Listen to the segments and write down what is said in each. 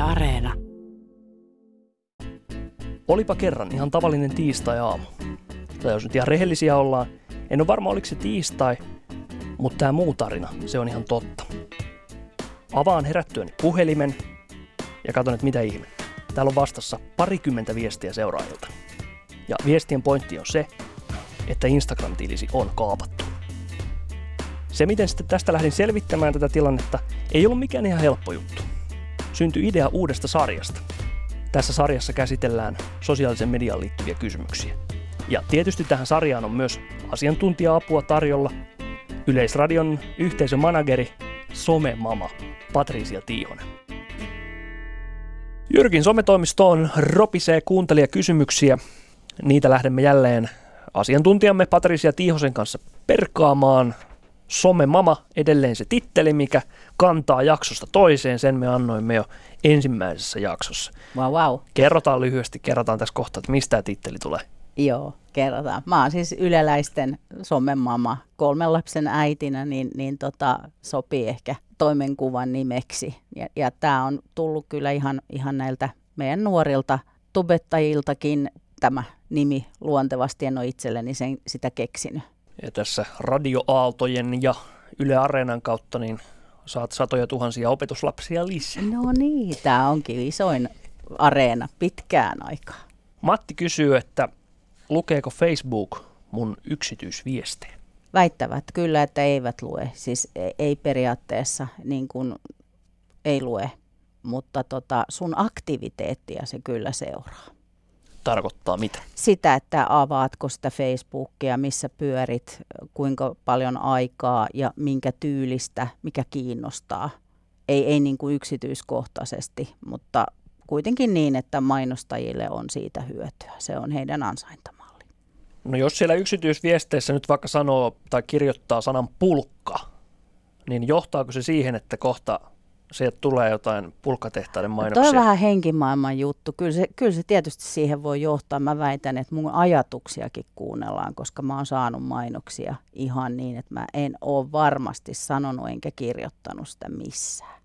Areena. Olipa kerran ihan tavallinen tiistai-aamu. Tai jos nyt ihan rehellisiä ollaan, en ole varma oliko se tiistai, mutta tämä muu tarina, se on ihan totta. Avaan herättyäni puhelimen ja katson, että mitä ihme. Täällä on vastassa 20 viestiä seuraajilta. Ja viestien pointti on se, että Instagram-tilisi on kaapattu. Se, miten sitten tästä lähdin selvittämään tätä tilannetta, ei ollut mikään ihan helppo juttu. Syntyi idea uudesta sarjasta. Tässä sarjassa käsitellään sosiaalisen mediaan liittyviä kysymyksiä. Ja tietysti tähän sarjaan on myös asiantuntija-apua tarjolla. Yleisradion yhteisömanageri, somemama Patricia Tiihonen. Jyrkin sometoimistoon ropisee kuuntelijakysymyksiä. Niitä lähdemme jälleen asiantuntijamme Patricia Tiihosen kanssa perkaamaan. Somemama, edelleen se titteli, mikä kantaa jaksosta toiseen, sen me annoimme jo ensimmäisessä jaksossa. Wow. Kerrotaan tässä kohtaa, että mistä tämä titteli tulee. Joo, kerrotaan. Mä oon siis yleläisten somemama, 3 lapsen äitinä, niin sopii ehkä toimenkuvan nimeksi. Ja tää on tullut kyllä ihan näiltä meidän nuorilta tubettajiltakin tämä nimi luontevasti, en ole itselleni sitä keksinyt. Ja tässä radioaaltojen ja Yle Areenan kautta niin saat satoja tuhansia opetuslapsia lisää. No niin, tämä onkin isoin areena pitkään aikaa. Matti kysyy, että lukeeko Facebook mun yksityisviestejä? Väittävät kyllä, että eivät lue. Siis ei periaatteessa niin kuin ei lue, mutta sun aktiviteettia se kyllä seuraa. Tarkoittaa mitä? Sitä, että avaatko sitä Facebookia, missä pyörit, kuinka paljon aikaa ja minkä tyylistä, mikä kiinnostaa. Ei niin kuin yksityiskohtaisesti, mutta kuitenkin niin, että mainostajille on siitä hyötyä. Se on heidän ansaintamalli. No jos siellä yksityisviesteissä nyt vaikka sanoo tai kirjoittaa sanan pulkka, niin johtaako se siihen, että kohta sieltä tulee jotain pulkkatehtaiden mainoksia? Tuo on vähän henkimaailman juttu. Kyllä se tietysti siihen voi johtaa. Mä väitän, että mun ajatuksiakin kuunnellaan, koska mä oon saanut mainoksia ihan niin, että mä en ole varmasti sanonut enkä kirjoittanut sitä missään.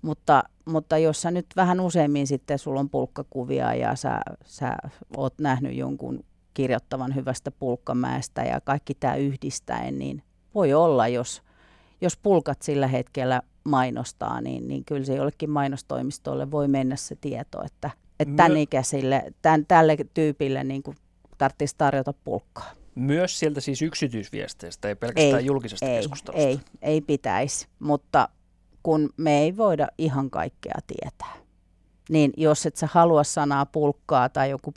Mutta jos sä nyt vähän useammin sitten sulla on pulkkakuvia ja sä oot nähnyt jonkun kirjoittavan hyvästä pulkkamäestä ja kaikki tämä yhdistäen, niin voi olla, jos pulkat sillä hetkellä mainostaa, niin kyllä se jollekin mainostoimistolle voi mennä se tieto, että tämän ikäisille, tälle tyypille niin tarvitsisi tarjota pulkkaa. Myös sieltä siis yksityisviesteistä, ei pelkästään julkisesta keskustelusta? Ei pitäisi, mutta kun me ei voida ihan kaikkea tietää, niin jos et sä halua sanaa pulkkaa tai joku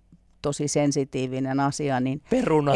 tosi sensitiivinen asia, niin peruna.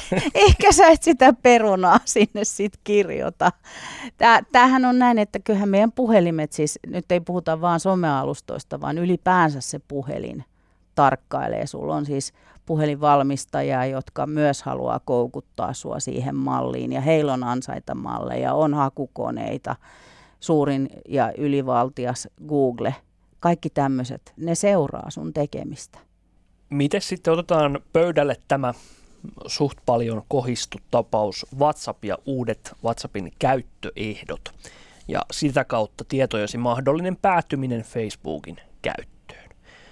Ehkä sä et sitä perunaa sinne sitten kirjoita. Tämähän on näin, että kyllähän meidän puhelimet, siis nyt ei puhuta vaan somealustoista, vaan ylipäänsä se puhelin tarkkailee. Sulla on siis puhelinvalmistajia, jotka myös haluaa koukuttaa sua siihen malliin, ja heillä on ansaitamalleja, on hakukoneita, suurin ja ylivaltias Google. Kaikki tämmöiset, ne seuraa sun tekemistä. Miten sitten otetaan pöydälle tämä suht paljon kohistu tapaus WhatsApp ja uudet WhatsAppin käyttöehdot ja sitä kautta tietojesi mahdollinen päätyminen Facebookin käyttöön?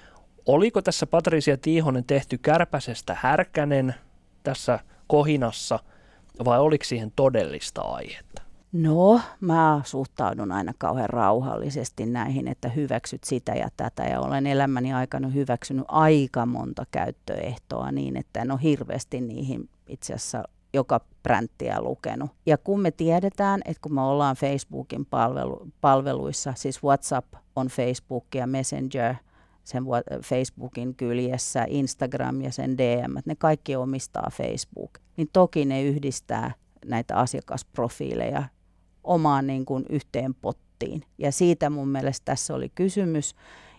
Oliko tässä Patricia Tiihonen tehty kärpäsestä härkänen tässä kohinassa vai oliko siihen todellista aihetta? No, mä suhtaudun aina kauhean rauhallisesti näihin, että hyväksyt sitä ja tätä, ja olen elämäni aikana hyväksynyt aika monta käyttöehtoa niin, että en ole hirveästi niihin itse asiassa joka bränttiä lukenut. Ja kun me tiedetään, että kun me ollaan Facebookin palveluissa, siis WhatsApp on Facebook ja Messenger sen Facebookin kyljessä, Instagram ja sen DM, ne kaikki omistaa Facebook, niin toki ne yhdistää näitä asiakasprofiileja omaan niin kuin yhteen pottiin. Ja siitä mun mielestä tässä oli kysymys.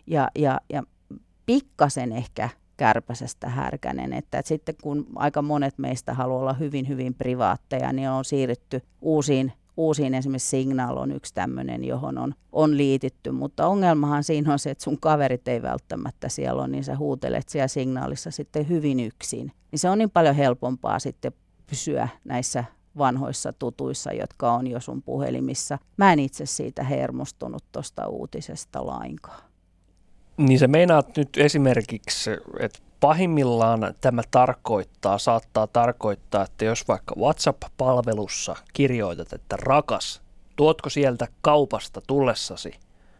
Ja pikkasen ehkä kärpäsestä härkänen, että sitten kun aika monet meistä haluaa olla hyvin, hyvin privaatteja, niin on siirrytty uusiin esimerkiksi Signal on yksi tämmöinen, johon on liitytty, mutta ongelmahan siinä on se, että sun kaverit ei välttämättä siellä ole, niin sä huutelet siellä Signaalissa sitten hyvin yksin. Niin se on niin paljon helpompaa sitten pysyä näissä vanhoissa tutuissa, jotka on jo sun puhelimissa. Mä en itse siitä hermostunut tuosta uutisesta lainkaan. Niin se meinaat nyt esimerkiksi, että pahimmillaan tämä saattaa tarkoittaa, että jos vaikka WhatsApp-palvelussa kirjoitat, että rakas, tuotko sieltä kaupasta tullessasi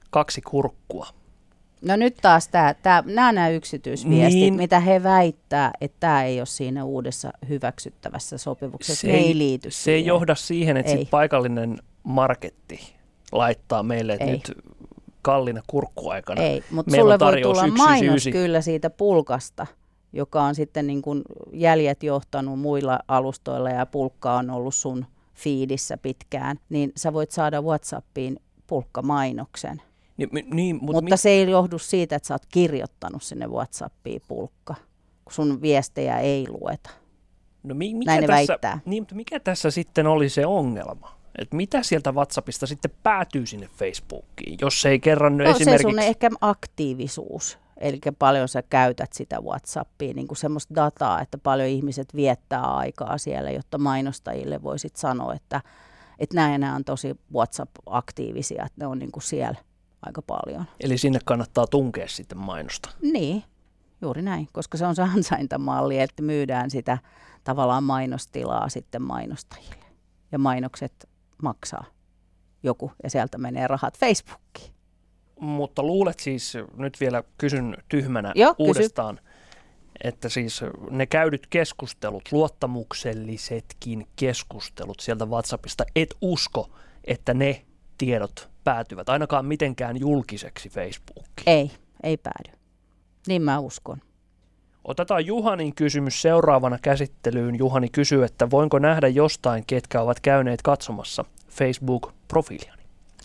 2 kurkkua? No nyt taas nämä yksityisviestit, mitä he väittää, että tämä ei ole siinä uudessa hyväksyttävässä sopimuksessa. Ne ei liity Se ei johda siihen, että sit paikallinen marketti laittaa meille, että nyt kalliina kurkkuaikana. Ei, mutta sulle voi tulla mainos kyllä siitä pulkasta, joka on sitten niin kuin jäljet johtanut muilla alustoilla ja pulkka on ollut sun feedissä pitkään, niin sä voit saada WhatsAppiin pulkkamainoksen. Mutta se ei johdu siitä, että sä oot kirjoittanut sinne WhatsAppiin pulkka, kun sun viestejä ei lueta. No näin ne väittää. Niin, mutta mikä tässä sitten oli se ongelma? Että mitä sieltä WhatsAppista sitten päätyy sinne Facebookiin, jos se ei kerran esimerkiksi... Se sun ehkä aktiivisuus, eli paljon sä käytät sitä WhatsAppia, niin kuin semmoista dataa, että paljon ihmiset viettää aikaa siellä, jotta mainostajille voisit sanoa, että nämä on tosi WhatsApp-aktiivisia, että ne on niin kuin siellä aika paljon. Eli sinne kannattaa tunkea sitten mainosta. Niin, juuri näin, koska se on se ansaintamalli, että myydään sitä tavallaan mainostilaa sitten mainostajille. Ja mainokset maksaa joku ja sieltä menee rahat Facebookiin. Mutta luulet siis, nyt vielä kysyn tyhmänä uudestaan, että siis ne käydyt keskustelut, luottamuksellisetkin keskustelut sieltä WhatsAppista, et usko, että ne tiedot päätyvät ainakaan mitenkään julkiseksi Facebookiin? Ei päädy. Niin mä uskon. Otetaan Juhanin kysymys seuraavana käsittelyyn. Juhani kysyy, että voinko nähdä jostain, ketkä ovat käyneet katsomassa Facebook-profiiliani?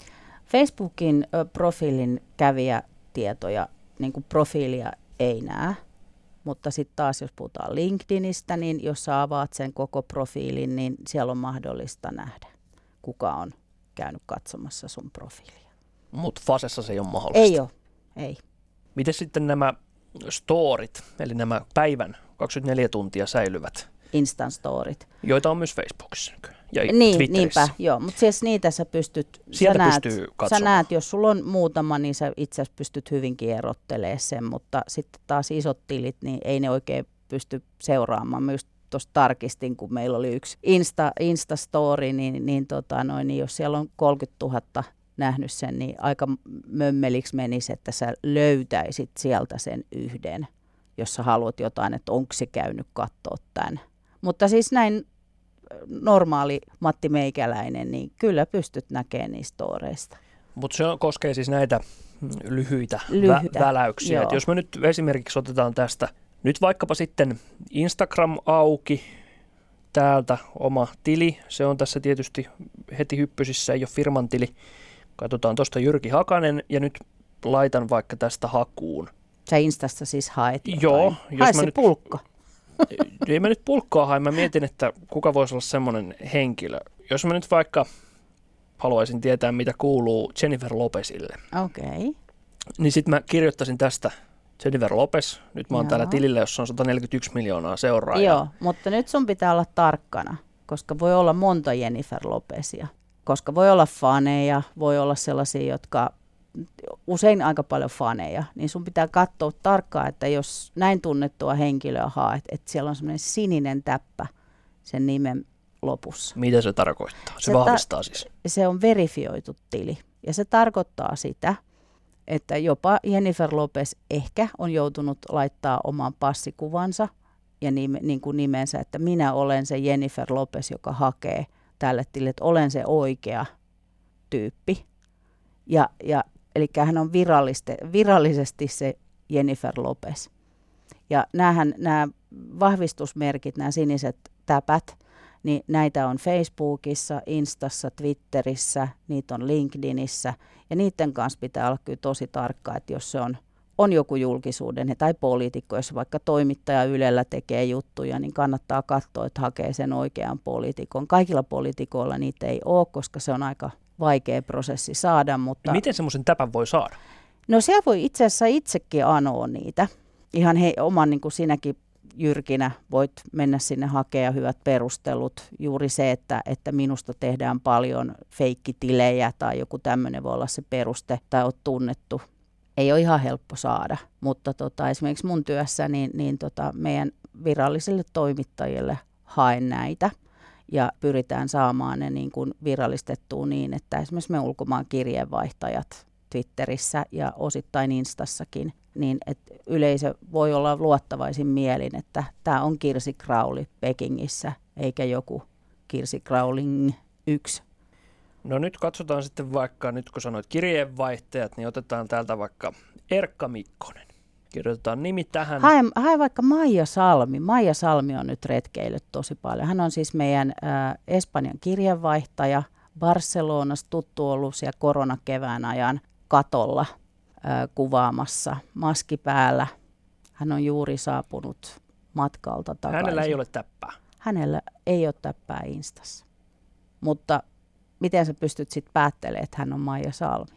Facebookin profiilin kävijätietoja, niin kuin profiilia ei näe, mutta sitten taas jos puhutaan LinkedInistä, niin jos sä avaat sen koko profiilin, niin siellä on mahdollista nähdä, kuka on käynyt katsomassa sun profiilia. Mutta Fasessa se ei ole mahdollista? Ei. Miten sitten nämä storit, eli nämä päivän 24 tuntia säilyvät? Instant storit. Joita on myös Facebookissa ja Twitterissä. Niinpä, joo. Mutta siis niitä sä pystyt, pystyy katsomaan. Sä näet, jos sulla on muutama, niin sä itse asiassa pystyt hyvinkin erottelemaan sen, mutta sitten taas isot tilit, niin ei ne oikein pysty seuraamaan. Mä just tuossa tarkistin, kun meillä oli yksi Insta-story, niin jos siellä on 30 000 nähnyt sen, niin aika mömmeliksi menisi, että sä löytäisit sieltä sen yhden, jos sä haluat jotain, että onko se käynyt katsoa tämän. Mutta siis näin normaali Matti Meikäläinen, niin kyllä pystyt näkemään niistä storeista. Mutta se koskee siis näitä lyhyitä. Väläyksiä. Et jos me nyt esimerkiksi otetaan tästä nyt vaikkapa sitten Instagram auki, täältä oma tili, se on tässä tietysti heti hyppysissä, ei ole firman tili. Katsotaan tuosta Jyrki Hakanen ja nyt laitan vaikka tästä hakuun. Sä Instasta siis haet jotain. Joo. Hae se pulkko. Ei mä nyt pulkkoa hae, mä mietin, että kuka voisi olla semmoinen henkilö. Jos mä nyt vaikka haluaisin tietää, mitä kuuluu Jennifer Lopezille. Okei. Niin sit mä kirjoittaisin tästä Jennifer Lopez. Nyt mä oon täällä tilillä, jossa on 141 miljoonaa seuraajaa. Joo, mutta nyt sun pitää olla tarkkana, koska voi olla monta Jennifer Lopezia. Koska voi olla faneja, voi olla sellaisia, jotka usein aika paljon faneja, niin sun pitää katsoa tarkkaan, että jos näin tunnettua henkilöä haet, että siellä on semmoinen sininen täppä sen nimen lopussa. Mitä se tarkoittaa? Se vahvistaa siis. Se on verifioitu tili ja se tarkoittaa sitä, että jopa Jennifer Lopez ehkä on joutunut laittaa oman passikuvansa ja niin kuin nimensä, että minä olen se Jennifer Lopez, joka hakee tälle tilille, että olen se oikea tyyppi. Eli hän on virallisesti se Jennifer Lopez. Ja nämä vahvistusmerkit, nämä siniset täpät, niin näitä on Facebookissa, Instassa, Twitterissä, niitä on LinkedInissä. Ja niiden kanssa pitää olla kyllä tosi tarkka, että jos se on joku julkisuuden tai poliitikko, jos vaikka toimittaja Ylellä tekee juttuja, niin kannattaa katsoa, että hakee sen oikean poliitikon. Kaikilla poliitikoilla niitä ei ole, koska se on aika vaikea prosessi saada. Mutta miten semmoisen täpän voi saada? No siellä voi itse asiassa itsekin anoa niitä. Ihan oman niin kuin sinäkin Jyrkinä voit mennä sinne hakea hyvät perustelut. Juuri se, että minusta tehdään paljon feikkitilejä tai joku tämmöinen voi olla se peruste tai olet tunnettu ei ole ihan helppo saada, mutta esimerkiksi mun työssä niin meidän virallisille toimittajille haen näitä ja pyritään saamaan ne niin kuin virallistettua niin, että esimerkiksi me ulkomaan kirjeenvaihtajat Twitterissä ja osittain Instassakin, niin että yleisö voi olla luottavaisin mielin, että tämä on Kirsi Crowley Pekingissä eikä joku Kirsi Crowling 1. No nyt katsotaan sitten vaikka, nyt kun sanoit kirjeenvaihtajat, niin otetaan täältä vaikka Erkka Mikkonen. Kirjoitetaan nimi tähän. Hae vaikka Maija Salmi. Maija Salmi on nyt retkeillyt tosi paljon. Hän on siis meidän Espanjan kirjeenvaihtaja. Barcelonassa tuttu ollut siellä koronakevään ajan katolla kuvaamassa, maski päällä. Hän on juuri saapunut matkalta takaisin. Hänellä ei ole täppää. Hänellä ei ole täppää Instassa. Mutta miten sä pystyt sitten päättelemään, että hän on Maija Salmi?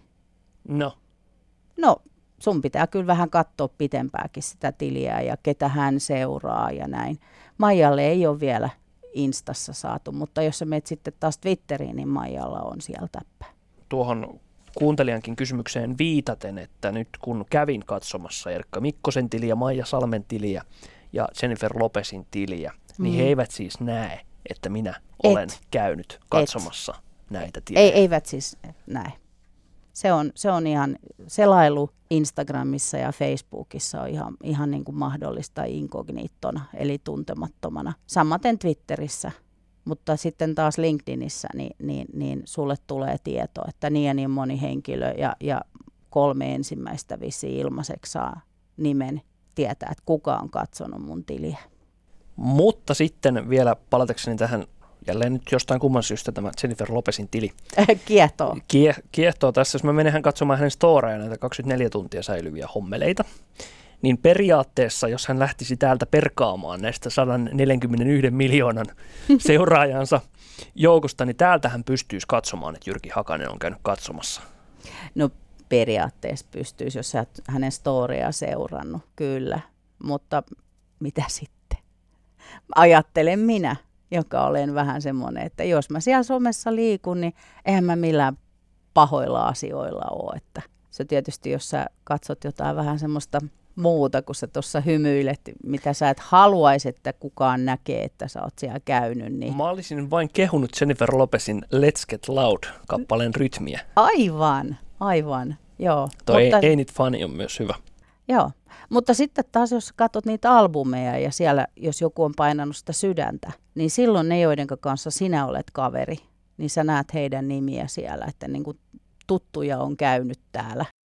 No, sun pitää kyllä vähän katsoa pitempääkin sitä tiliä ja ketä hän seuraa ja näin. Maijalle ei ole vielä Instassa saatu, mutta jos sä menet sitten taas Twitteriin, niin Maijalla on siellä täppää. Tuohon kuuntelijankin kysymykseen viitaten, että nyt kun kävin katsomassa Erkka Mikkosen tiliä, Maija Salmen tiliä ja Jennifer Lopezin tiliä, niin he eivät siis näe, että minä olen käynyt katsomassa näitä tilejä. Eivät siis näe. Se on ihan selailu Instagramissa ja Facebookissa on ihan niin kuin mahdollista inkogniittona, eli tuntemattomana. Samaten Twitterissä, mutta sitten taas LinkedInissä, niin sulle tulee tieto, että niin ja niin moni henkilö ja 3 ensimmäistä vissiin ilmaiseksi saa nimen tietää, että kuka on katsonut mun tiliä. Mutta sitten vielä palatakseni tähän, jälleen nyt jostain kumman syystä tämä Jennifer Lopezin tili. Kiehtoo. Kiehtoo tässä, jos mä menen katsomaan hänen storeja, näitä 24 tuntia säilyviä hommeleita, niin periaatteessa, jos hän lähtisi täältä perkaamaan näistä 141 miljoonan seuraajansa joukosta, niin täältä hän pystyisi katsomaan, että Jyrki Hakanen on käynyt katsomassa. No periaatteessa pystyisi, jos sä oot hänen storia seurannut, kyllä. Mutta mitä sitten? Ajattelen minä, joka olen vähän semmoinen, että jos mä siellä somessa liikun, niin eihän mä millään pahoilla asioilla ole. Että se tietysti, jos sä katsot jotain vähän semmoista muuta, kun sä tuossa hymyilet, mitä sä et haluaisi, että kukaan näkee, että sä oot siellä käynyt. Niin... Mä olisin vain kehunut Jennifer Lopezin Let's Get Loud-kappaleen rytmiä. Aivan, joo. Toi Ain't It Funny on myös hyvä. Joo, mutta sitten taas jos katsot niitä albumeja ja siellä, jos joku on painanut sitä sydäntä, niin silloin ne, joiden kanssa sinä olet kaveri, niin sä näet heidän nimiä siellä, että niin kuin tuttuja on käynyt täällä.